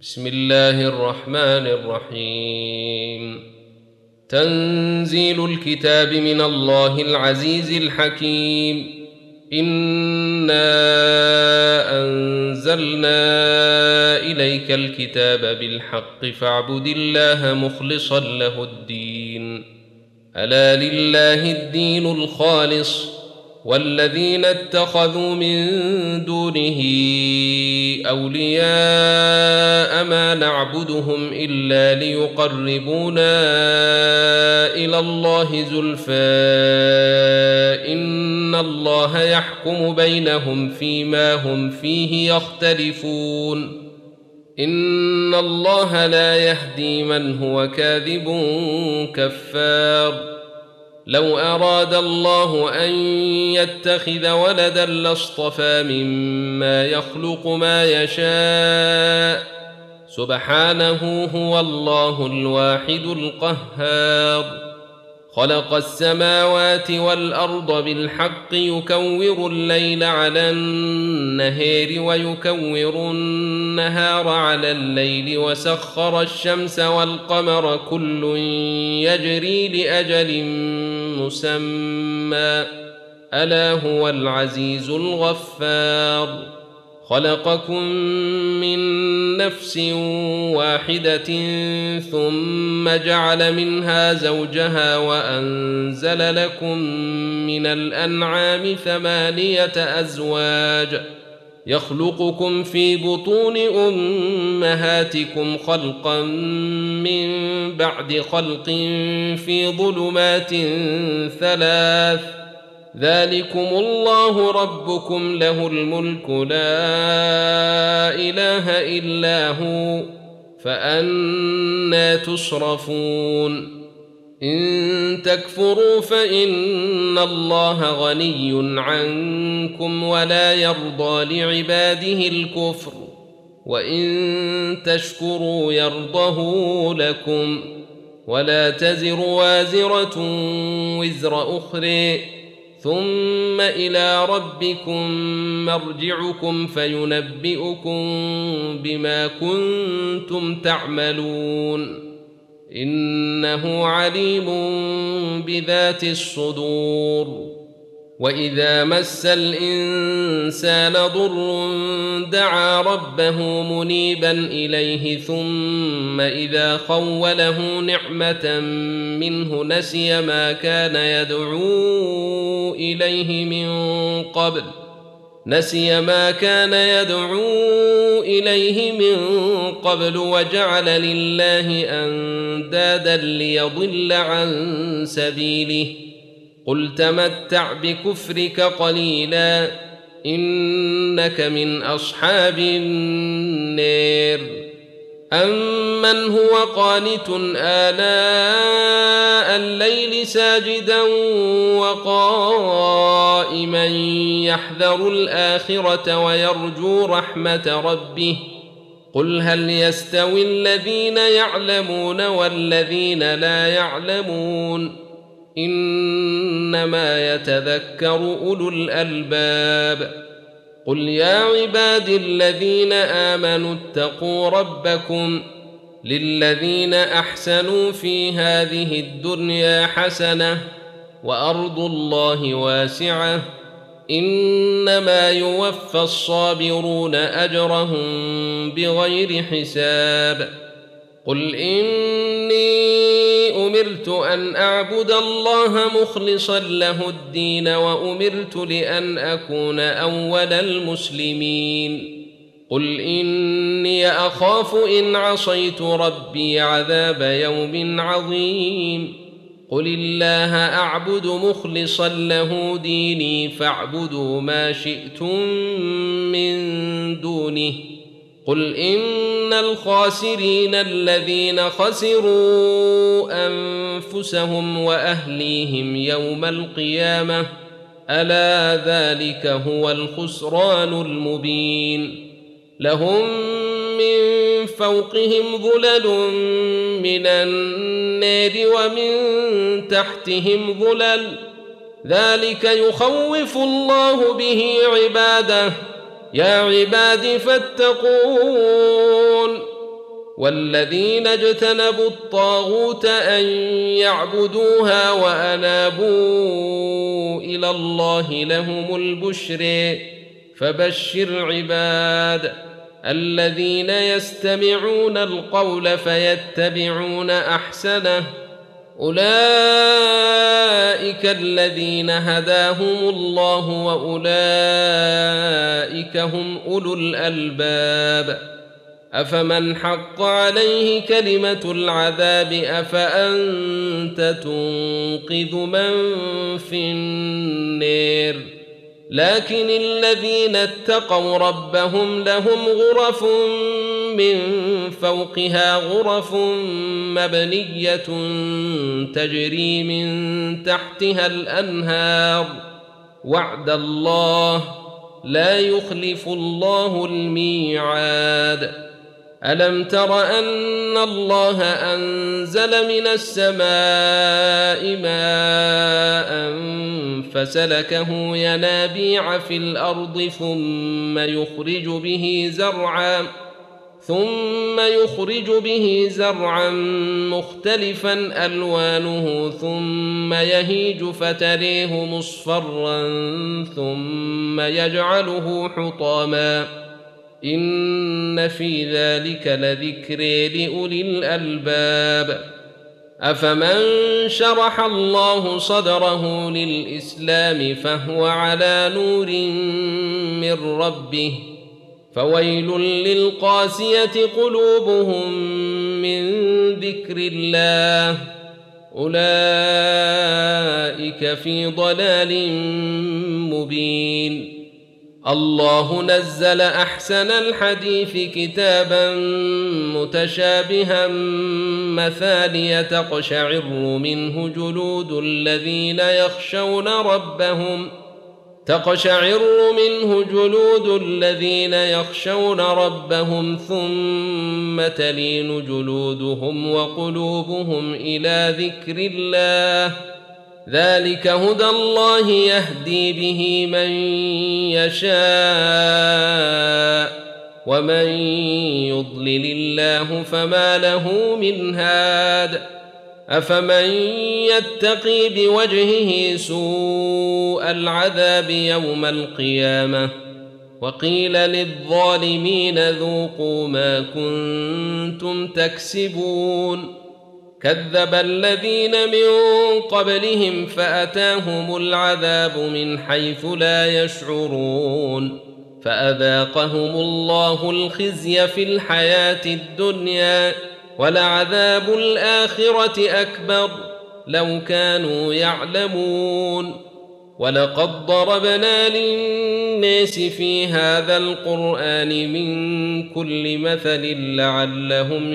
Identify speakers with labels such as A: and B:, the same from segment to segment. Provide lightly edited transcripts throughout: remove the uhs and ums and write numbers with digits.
A: بسم الله الرحمن الرحيم. تنزيل الكتاب من الله العزيز الحكيم. إنا أنزلنا إليك الكتاب بالحق فاعبد الله مخلصا له الدين. ألا لله الدين الخالص والذين اتخذوا من دونه أولياء ما نعبدهم إلا ليقربونا إلى الله زلفى إن الله يحكم بينهم فيما هم فيه يختلفون. إن الله لا يهدي من هو كاذب كفار. لو أراد الله أن يتخذ ولدا لاصطفى مما يخلق ما يشاء سبحانه هو الله الواحد القهار. خلق السماوات والأرض بالحق يكور الليل على النهار ويكور النهار على الليل وسخر الشمس والقمر كل يجري لأجل مسمى ألا هو العزيز الغفار. خلقكم من نفس واحدة ثم جعل منها زوجها وأنزل لكم من الأنعام 8 أزواج يخلقكم في بطون أمهاتكم خلقا من بعد خلق في ظلمات 3 ذلكم الله ربكم له الملك لا إله إلا هو فأنى تصرفون. إن تكفروا فإن الله غني عنكم ولا يرضى لعباده الكفر وإن تشكروا يرضه لكم ولا تزر وازرة وزر أخرى ثم إلى ربكم مرجعكم فينبئكم بما كنتم تعملون إنه عليم بذات الصدور. وإذا مس الإنسان ضر دعا ربه منيبا إليه ثم إذا خوله نعمة منه نسي ما كان يدعو إليه من قبل وجعل لله أندادا ليضل عن سبيله. قل تمتع بكفرك قليلا إنك من أصحاب النار. أمن هو قانت آناء الليل ساجدا وقائما يحذر الآخرة ويرجو رحمة ربه قل هل يستوي الذين يعلمون والذين لا يعلمون إنما يتذكر أولو الألباب. قل يا عباد الذين آمنوا اتقوا ربكم للذين أحسنوا في هذه الدنيا حسنة وأرض الله واسعة إنما يوفى الصابرون أجرهم بغير حساب. قل إني أمرت أن أعبد الله مخلصا له الدين وأمرت لأن أكون أول المسلمين. قل إني أخاف إن عصيت ربي عذاب يوم عظيم. قل الله أعبد مخلصا له ديني فاعبدوا ما شئتم من دونه. قل إن الخاسرين الذين خسروا أنفسهم وأهليهم يوم القيامة ألا ذلك هو الخسران المبين. لهم من فوقهم ظلل من النار ومن تحتهم ظلل ذلك يخوف الله به عباده يا عباد فاتقون والذين اجتنبوا الطاغوت أن يعبدوها وأنابوا إلى الله لهم البشر فبشر عباد الذين يستمعون القول فيتبعون أحسنه أولئك الذين هداهم الله وأولئك هم أولو الألباب أفمن حق عليه كلمة العذاب أفأنت تنقذ من في النار لكن الذين اتقوا ربهم لهم غرف من فوقها غرف مبنية تجري من تحتها الأنهار وعد الله لا يخلف الله الميعاد ألم تر أن الله أنزل من السماء ماء فسلكه ينابيع في الأرض ثم يخرج به زرعا مختلفا ألوانه ثم يهيج فتريه مصفرا ثم يجعله حطاما إن في ذلك لذكر لأولي الألباب أفمن شرح الله صدره للإسلام فهو على نور من ربه فويل للقاسية قلوبهم من ذكر الله أولئك في ضلال مبين الله نزل أحسن الحديث كتابا متشابها مثانية تقشعر منه جلود الذين يخشون ربهم ثم تلين جلودهم وقلوبهم إلى ذكر الله ذلك هدى الله يهدي به من يشاء ومن يضلل الله فما له من هاد أفمن يتقي بوجهه سوء العذاب يوم القيامة وقيل للظالمين ذوقوا ما كنتم تكسبون كذب الذين من قبلهم فأتاهم العذاب من حيث لا يشعرون فأذاقهم الله الخزي في الحياة الدنيا ولعذاب الآخرة أكبر لو كانوا يعلمون ولقد ضربنا للناس في هذا القرآن من كل مثل لعلهم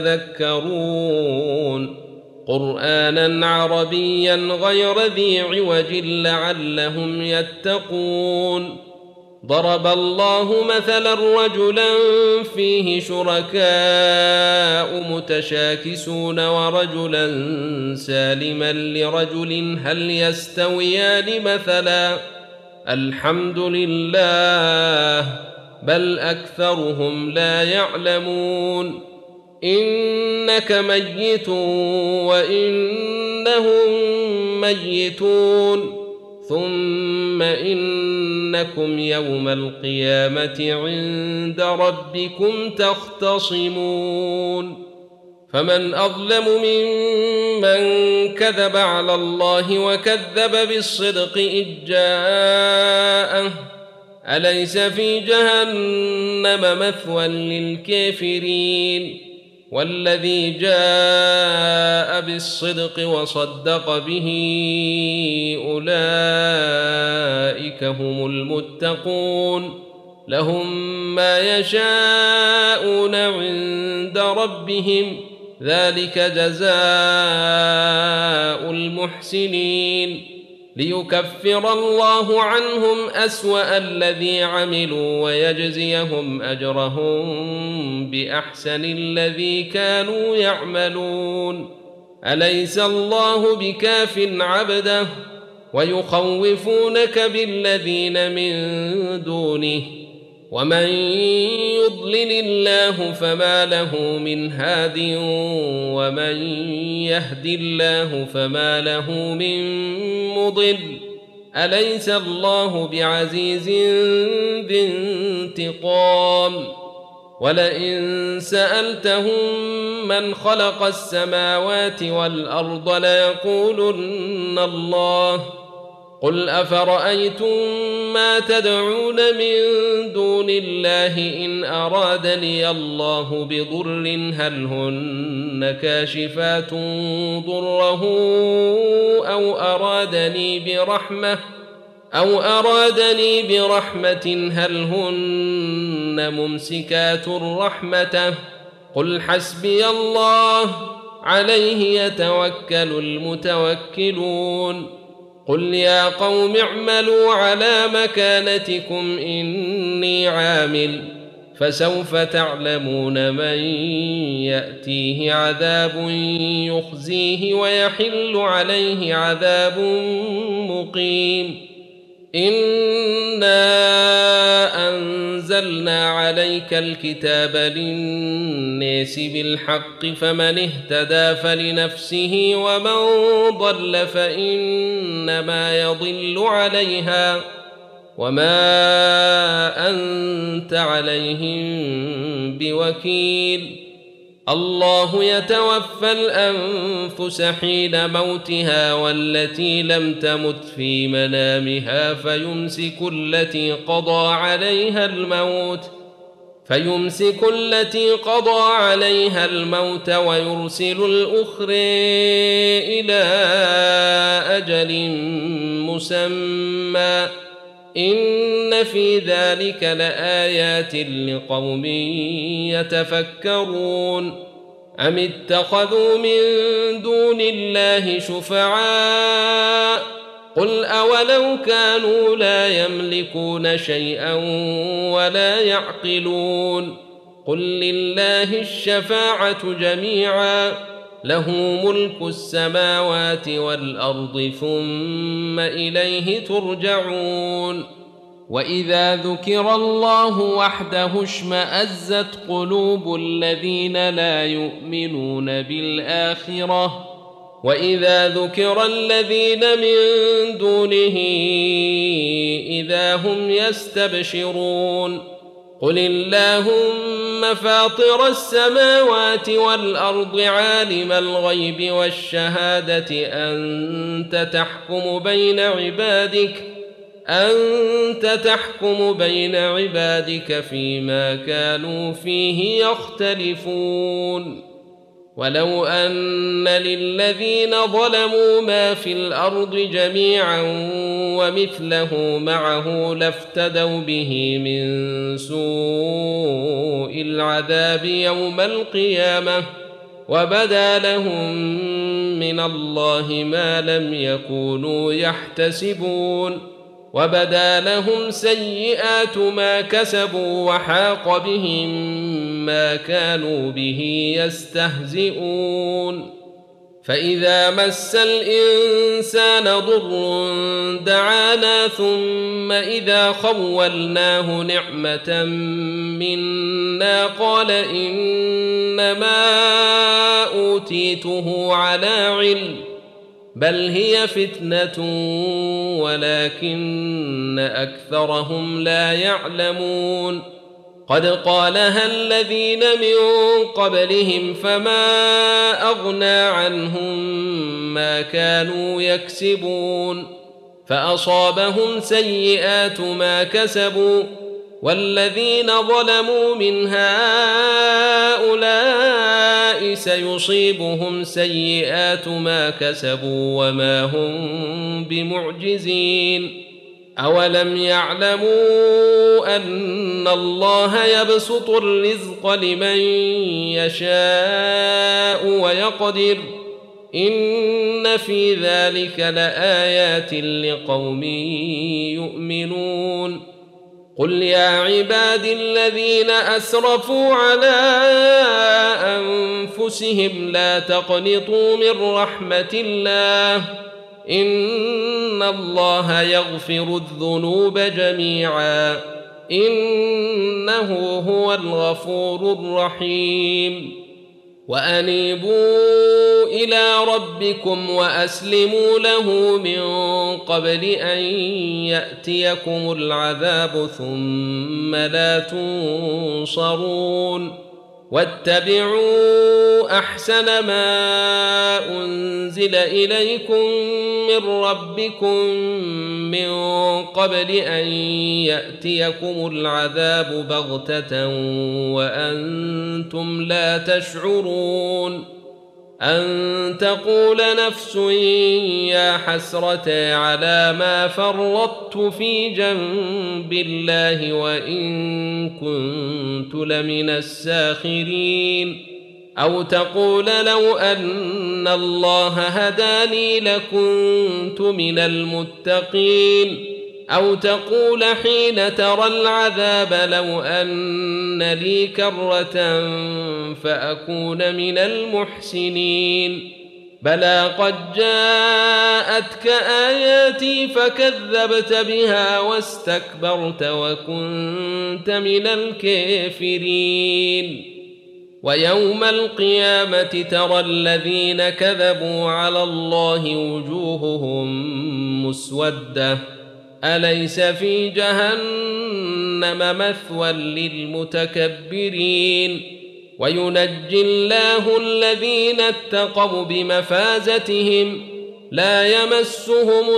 A: يتذكرون قرآنا عربيا غير ذي عوج لعلهم يتقون ضرب الله مثلا رجلا فيه شركاء متشاكسون ورجلا سالما لرجل هل يستويان مثلا الحمد لله بل أكثرهم لا يعلمون إنك ميت وإنهم ميتون ثم إنكم يوم القيامة عند ربكم تختصمون فمن أظلم ممن كذب على الله وكذب بالصدق إذ جاءه أليس في جهنم مثوى للكافرين والذي جاء بالصدق وصدق به أولئك هم المتقون لهم ما يشاءون عند ربهم ذلك جزاء المحسنين ليكفر الله عنهم أسوأ الذي عملوا ويجزيهم أجرهم بأحسن الذي كانوا يعملون أليس الله بكاف عبده ويخوفونك بالذين من دونه ومن يضلل الله فما له من هاد ومن يهد الله فما له من مضل أليس الله بعزيز ذي انتقام ولئن سألتهم من خلق السماوات والأرض ليقولن الله قل أفرأيتم ما تدعون من دون الله إن أرادني الله بضر هل هن كاشفات ضره أو أرادني برحمة هل هن ممسكات رحمته قل حسبي الله عليه يتوكل المتوكلون قل يا قوم اعملوا على مكانتكم إني عامل فسوف تعلمون من يأتيه عذاب يخزيه ويحل عليه عذاب مقيم إنا أنزلنا عليك الكتاب للناس بالحق فمن اهتدى فلنفسه ومن ضل فإنما يضل عليها وما أنت عليهم بوكيل الله يتوفى الأنفس حين موتها والتي لم تمت في منامها فيمسك التي قضى عليها الموت ويرسل الأخرى إلى أجل مسمى إن في ذلك لآيات لقوم يتفكرون أم اتخذوا من دون الله شفعاء قل أولو كانوا لا يملكون شيئا ولا يعقلون قل لله الشفاعة جميعا له ملك السماوات والأرض ثم إليه ترجعون وإذا ذكر الله وحده اشمأزت قلوب الذين لا يؤمنون بالآخرة وإذا ذكر الذين من دونه إذا هم يستبشرون قل اللهم فاطر السماوات والأرض عالم الغيب والشهادة أنت تحكم بين عبادك فيما كانوا فيه يختلفون ولو أن للذين ظلموا ما في الأرض جميعا ومثله معه لافتدوا به من سوء العذاب يوم القيامة وبدا لهم من الله ما لم يكونوا يحتسبون وبدا لهم سيئات ما كسبوا وحاق بهم ما كانوا به يستهزئون فإذا مس الإنسان ضر دعانا ثم إذا خولناه نعمة منا قال إنما أوتيته على علم بل هي فتنة ولكن أكثرهم لا يعلمون قد قالها الذين من قبلهم فما أغنى عنهم ما كانوا يكسبون فأصابهم سيئات ما كسبوا والذين ظلموا من هؤلاء سيصيبهم سيئات ما كسبوا وما هم بمعجزين أولم يعلموا أن الله يبسط الرزق لمن يشاء ويقدر إن في ذلك لآيات لقوم يؤمنون قل يا عبادي الذين أسرفوا على أنفسهم لا تقنطوا من رحمة الله إن الله يغفر الذنوب جميعا إنه هو الغفور الرحيم وأنيبوا إلى ربكم وأسلموا له من قبل أن يأتيكم العذاب ثم لا تنصرون واتبعوا أحسن ما أنزل إليكم من ربكم من قبل أن يأتيكم العذاب بغتة وأنتم لا تشعرون أن تقول نفس يا حسرة على ما فرطت في جنب الله وإن كنت لمن الساخرين أو تقول لو أن الله هداني لكنت من المتقين أو تقول حين ترى العذاب لو أن لي كرة فأكون من المحسنين بلى قد جاءتك آياتي فكذبت بها واستكبرت وكنت من الكافرين ويوم القيامة ترى الذين كذبوا على الله وجوههم مسودة أليس في جهنم مثوى للمتكبرين وينجي الله الذين اتقوا بمفازتهم لا يمسهم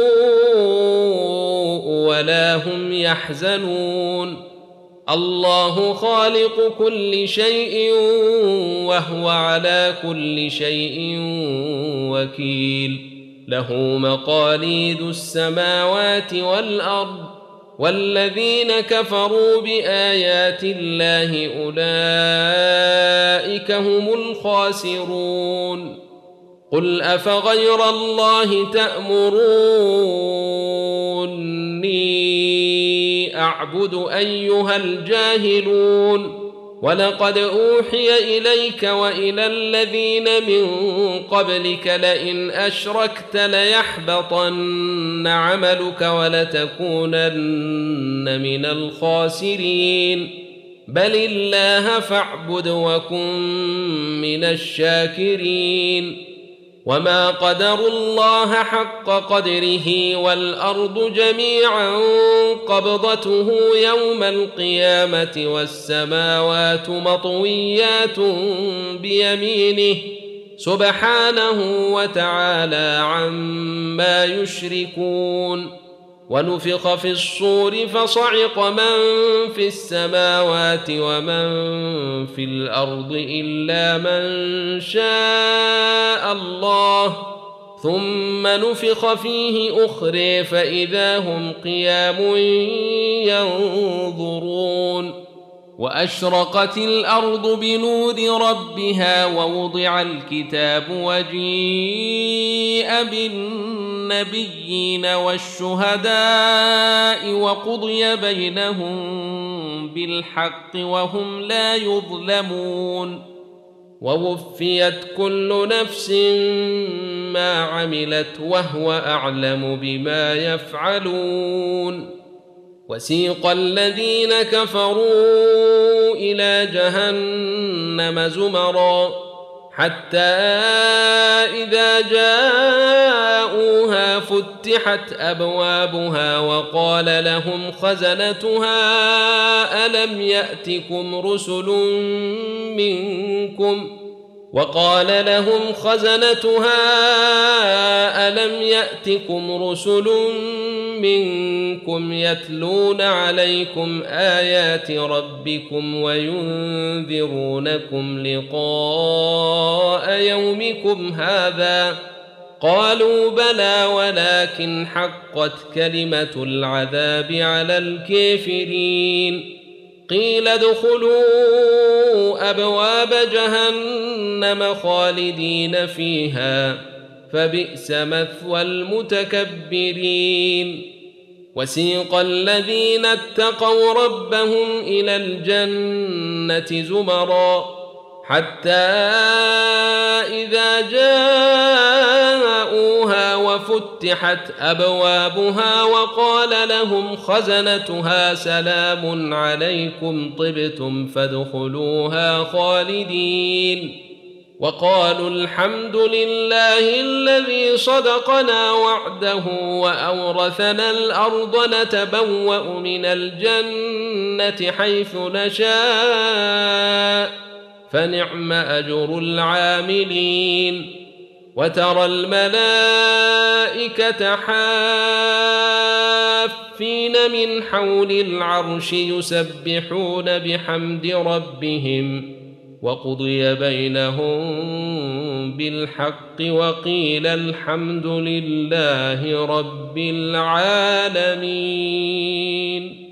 A: السوء ولا هم يحزنون الله خالق كل شيء وهو على كل شيء وكيل له مقاليد السماوات والأرض والذين كفروا بآيات الله أولئك هم الخاسرون قل أفغير الله تأمروني أعبد أيها الجاهلون ولقد أوحي إليك وإلى الذين من قبلك لئن أشركت ليحبطن عملك ولتكونن من الخاسرين بل الله فاعبد وكن من الشاكرين وما قدروا الله حق قدره والأرض جميعا قبضته يوم القيامة والسماوات مطويات بيمينه سبحانه وتعالى عما يشركون ونفخ في الصور فصعق من في السماوات ومن في الأرض إلا من شاء الله ثم نفخ فيه أخرى فإذا هم قيام ينظرون وأشرقت الأرض بنور ربها ووضع الكتاب وجيء بالنبيين والشهداء وقضي بينهم بالحق وهم لا يظلمون ووفيت كل نفس ما عملت وهو أعلم بما يفعلون وسيق الذين كفروا إلى جهنم زمرا حتى إذا جاءوها فتحت أبوابها وقال لهم خزنتها ألم يأتكم رسل منكم يتلون عليكم آيات ربكم وينذرونكم لقاء يومكم هذا قالوا بلى ولكن حقت كلمة العذاب على الكافرين قيل ادخلوا أبواب جهنم خالدين فيها فبئس مثوى المتكبرين وسيق الذين اتقوا ربهم إلى الجنة زمرا حتى إذا جاءوها وفتحت وفتحت أبوابها وقال لهم خزنتها سلام عليكم طبتم فادخلوها خالدين وقالوا الحمد لله الذي صدقنا وعده وأورثنا الأرض نتبوأ من الجنة حيث نشاء فنعم أجر العاملين وترى الملائكة حافين من حول العرش يسبحون بحمد ربهم وقضي بينهم بالحق وقيل الحمد لله رب العالمين.